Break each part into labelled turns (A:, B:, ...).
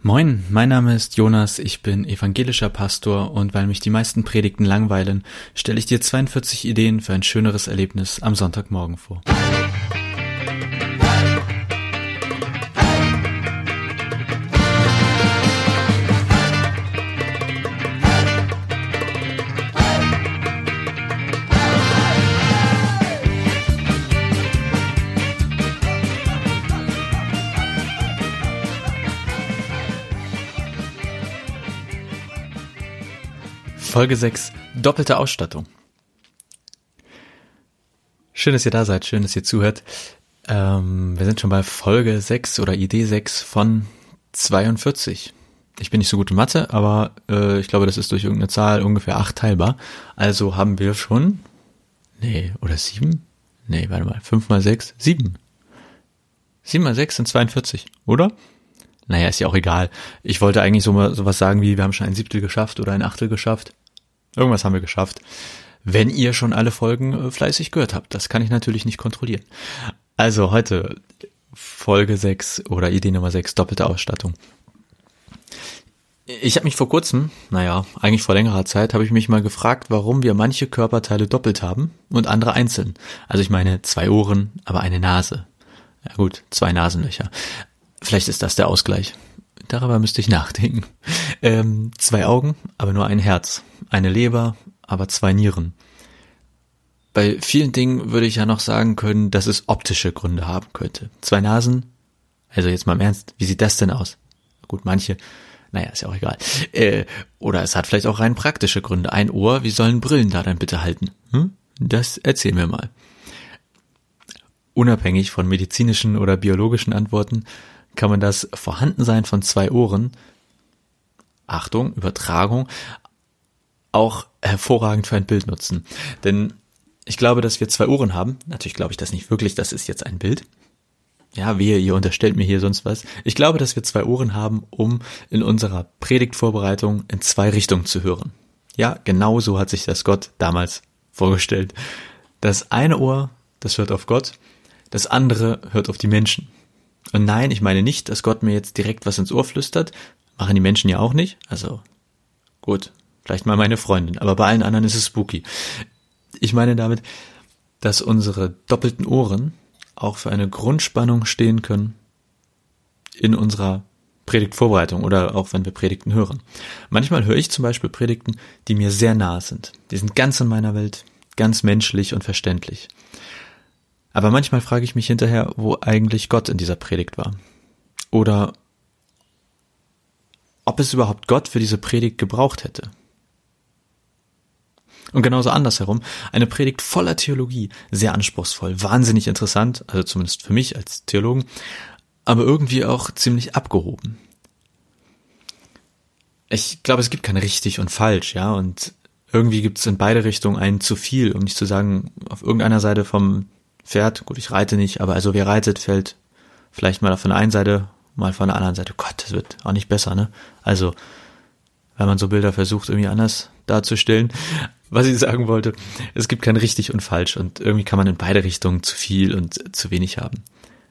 A: Moin, mein Name ist Jonas, ich bin evangelischer Pastor und weil mich die meisten Predigten langweilen, stelle ich dir 42 Ideen für ein schöneres Erlebnis am Sonntagmorgen vor. Folge 6. Doppelte Ausstattung. Schön, dass ihr da seid, schön, dass ihr zuhört. Wir sind schon bei Folge 6 oder Idee 6 von 42. Ich bin nicht so gut in Mathe, aber ich glaube, das ist durch irgendeine Zahl ungefähr 8 teilbar. Also haben wir schon, 7? 5 mal 6, 7. 7 mal 6 sind 42, oder? Naja, ist ja auch egal. Ich wollte eigentlich sowas sagen wie, wir haben schon ein Siebtel geschafft oder ein Achtel geschafft. Irgendwas haben wir geschafft. Wenn ihr schon alle Folgen fleißig gehört habt, das kann ich natürlich nicht kontrollieren. Also heute Folge 6 oder Idee Nummer 6, doppelte Ausstattung. Ich habe mich vor kurzem, eigentlich vor längerer Zeit, habe ich mich mal gefragt, warum wir manche Körperteile doppelt haben und andere einzeln. Also ich meine 2 Ohren, aber eine Nase. Ja gut, 2 Nasenlöcher. Vielleicht ist das der Ausgleich. Darüber müsste ich nachdenken. 2 Augen, aber nur ein Herz. Eine Leber, aber 2 Nieren. Bei vielen Dingen würde ich ja noch sagen können, dass es optische Gründe haben könnte. 2 Nasen, also jetzt mal im Ernst, wie sieht das denn aus? Gut, manche, ist ja auch egal. Oder es hat vielleicht auch rein praktische Gründe. Ein Ohr, wie sollen Brillen da dann bitte halten? Das erzähl mir mal. Unabhängig von medizinischen oder biologischen Antworten kann man das Vorhandensein von 2 Ohren, Achtung, Übertragung, auch hervorragend für ein Bild nutzen. Denn ich glaube, dass wir 2 Ohren haben. Natürlich glaube ich das nicht wirklich, das ist jetzt ein Bild. Ja, wehe, ihr unterstellt mir hier sonst was. Ich glaube, dass wir 2 Ohren haben, um in unserer Predigtvorbereitung in 2 Richtungen zu hören. Ja, genau so hat sich das Gott damals vorgestellt. Das eine Ohr, das hört auf Gott, das andere hört auf die Menschen. Und nein, ich meine nicht, dass Gott mir jetzt direkt was ins Ohr flüstert. Machen die Menschen ja auch nicht. Also gut, vielleicht mal meine Freundin, aber bei allen anderen ist es spooky. Ich meine damit, dass unsere doppelten Ohren auch für eine Grundspannung stehen können in unserer Predigtvorbereitung oder auch wenn wir Predigten hören. Manchmal höre ich zum Beispiel Predigten, die mir sehr nahe sind. Die sind ganz in meiner Welt, ganz menschlich und verständlich. Aber manchmal frage ich mich hinterher, wo eigentlich Gott in dieser Predigt war. Oder ob es überhaupt Gott für diese Predigt gebraucht hätte. Und genauso andersherum, eine Predigt voller Theologie, sehr anspruchsvoll, wahnsinnig interessant, also zumindest für mich als Theologen, aber irgendwie auch ziemlich abgehoben. Ich glaube, es gibt kein richtig und falsch, ja, und irgendwie gibt es in beide Richtungen ein zu viel, um nicht zu sagen, auf irgendeiner Seite vom Pferd, gut, ich reite nicht, aber also wer reitet, fällt vielleicht mal von der einen Seite, mal von der anderen Seite. Gott, das wird auch nicht besser, ne? Also, wenn man so Bilder versucht, irgendwie anders darzustellen. Was ich sagen wollte, es gibt kein richtig und falsch und irgendwie kann man in beide Richtungen zu viel und zu wenig haben.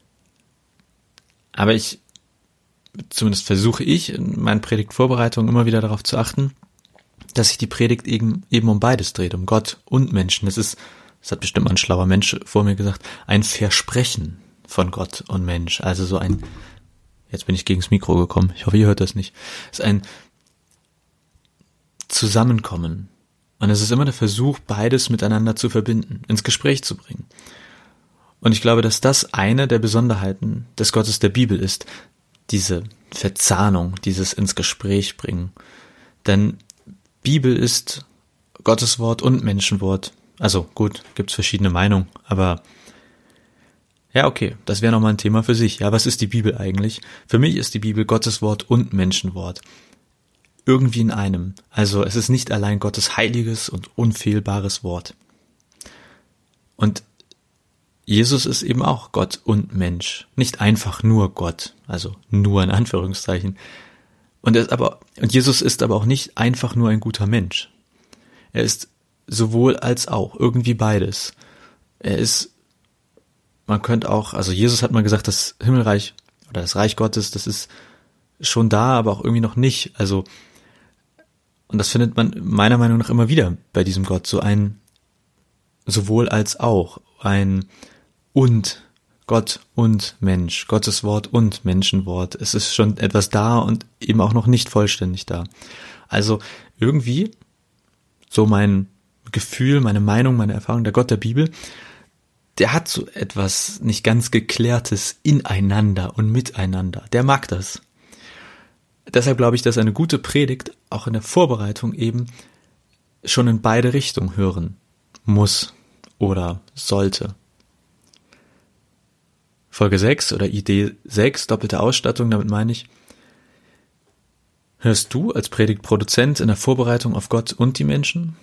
A: Aber zumindest versuche ich in meinen Predigtvorbereitungen immer wieder darauf zu achten, dass sich die Predigt eben um beides dreht, um Gott und Menschen. Das hat bestimmt mal ein schlauer Mensch vor mir gesagt, ein Versprechen von Gott und Mensch. Also so jetzt bin ich gegen das Mikro gekommen, ich hoffe, ihr hört das nicht. Es ist ein Zusammenkommen. Und es ist immer der Versuch, beides miteinander zu verbinden, ins Gespräch zu bringen. Und ich glaube, dass das eine der Besonderheiten des Gottes der Bibel ist, diese Verzahnung, dieses ins Gespräch bringen. Denn Bibel ist Gottes Wort und Menschenwort. Also gut, gibt's verschiedene Meinungen, aber ja, okay, das wäre nochmal ein Thema für sich. Ja, was ist die Bibel eigentlich? Für mich ist die Bibel Gottes Wort und Menschenwort. Irgendwie in einem. Also es ist nicht allein Gottes heiliges und unfehlbares Wort. Und Jesus ist eben auch Gott und Mensch. Nicht einfach nur Gott, also nur in Anführungszeichen. Und Jesus ist aber auch nicht einfach nur ein guter Mensch. Er ist sowohl als auch, irgendwie beides. Er ist, man könnte auch, also Jesus hat mal gesagt, das Himmelreich oder das Reich Gottes, das ist schon da, aber auch irgendwie noch nicht. Also, und das findet man meiner Meinung nach immer wieder bei diesem Gott, so ein sowohl als auch, ein und Gott und Mensch, Gottes Wort und Menschenwort. Es ist schon etwas da und eben auch noch nicht vollständig da. Also irgendwie, so mein Gefühl, meine Meinung, meine Erfahrung, der Gott der Bibel, der hat so etwas nicht ganz Geklärtes ineinander und miteinander. Der mag das. Deshalb glaube ich, dass eine gute Predigt auch in der Vorbereitung eben schon in beide Richtungen hören muss oder sollte. Folge 6 oder Idee 6, doppelte Ausstattung, damit meine ich, hörst du als Predigtproduzent in der Vorbereitung auf Gott und die Menschen?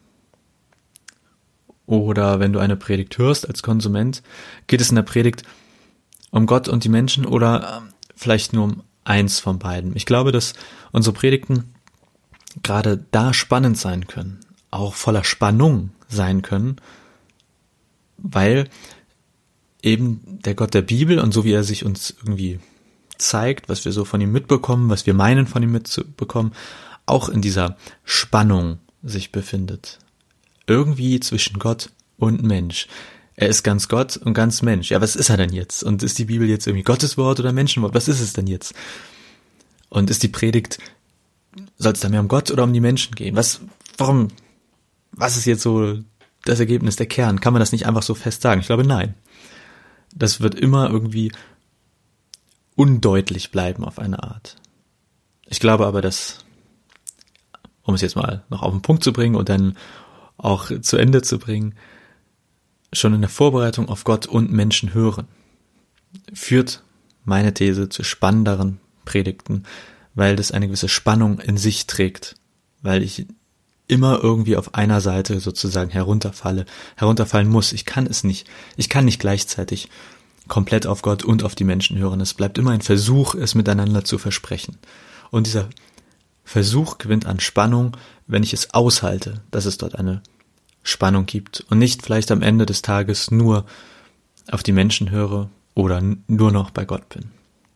A: Oder wenn du eine Predigt hörst als Konsument, geht es in der Predigt um Gott und die Menschen oder vielleicht nur um eins von beiden? Ich glaube, dass unsere Predigten gerade da spannend sein können, auch voller Spannung sein können, weil eben der Gott der Bibel und so wie er sich uns irgendwie zeigt, was wir so von ihm mitbekommen, was wir meinen von ihm mitzubekommen, auch in dieser Spannung sich befindet. Irgendwie zwischen Gott und Mensch. Er ist ganz Gott und ganz Mensch. Ja, was ist er denn jetzt? Und ist die Bibel jetzt irgendwie Gottes Wort oder Menschenwort? Was ist es denn jetzt? Und ist die Predigt, soll es da mehr um Gott oder um die Menschen gehen? Was ist jetzt so das Ergebnis, der Kern? Kann man das nicht einfach so fest sagen? Ich glaube, nein. Das wird immer irgendwie undeutlich bleiben auf eine Art. Ich glaube aber, dass, um es jetzt mal noch auf den Punkt zu bringen und dann auch zu Ende zu bringen, schon in der Vorbereitung auf Gott und Menschen hören, führt meine These zu spannenderen Predigten, weil das eine gewisse Spannung in sich trägt, weil ich immer irgendwie auf einer Seite sozusagen herunterfallen muss. Ich kann nicht gleichzeitig komplett auf Gott und auf die Menschen hören. Es bleibt immer ein Versuch, es miteinander zu versprechen. Und dieser Versuch gewinnt an Spannung, wenn ich es aushalte, dass es dort eine Spannung gibt und nicht vielleicht am Ende des Tages nur auf die Menschen höre oder nur noch bei Gott bin.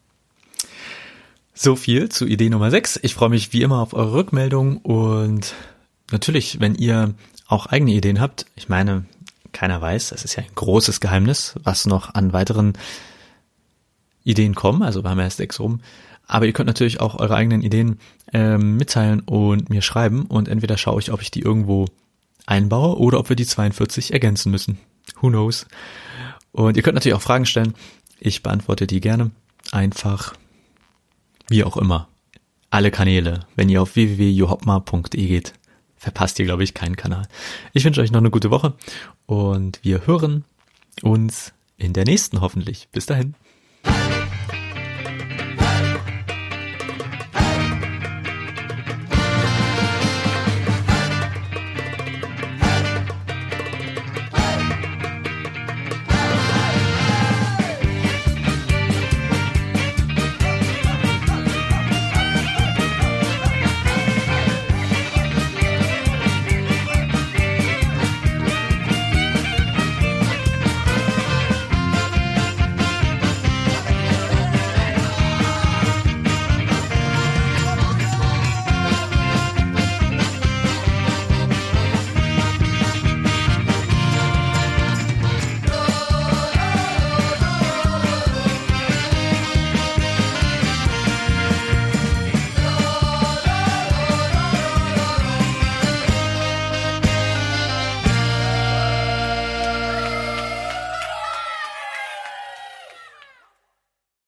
A: So viel zu Idee Nummer 6. Ich freue mich wie immer auf eure Rückmeldung und natürlich, wenn ihr auch eigene Ideen habt, ich meine, keiner weiß, das ist ja ein großes Geheimnis, was noch an weiteren Ideen kommen, also wir haben erst 6 rum, aber ihr könnt natürlich auch eure eigenen Ideen mitteilen und mir schreiben und entweder schaue ich, ob ich die irgendwo einbaue oder ob wir die 42 ergänzen müssen. Who knows? Und ihr könnt natürlich auch Fragen stellen, ich beantworte die gerne, einfach wie auch immer. Alle Kanäle, wenn ihr auf www.johopma.de geht, verpasst ihr, glaube ich, keinen Kanal. Ich wünsche euch noch eine gute Woche und wir hören uns in der nächsten hoffentlich. Bis dahin.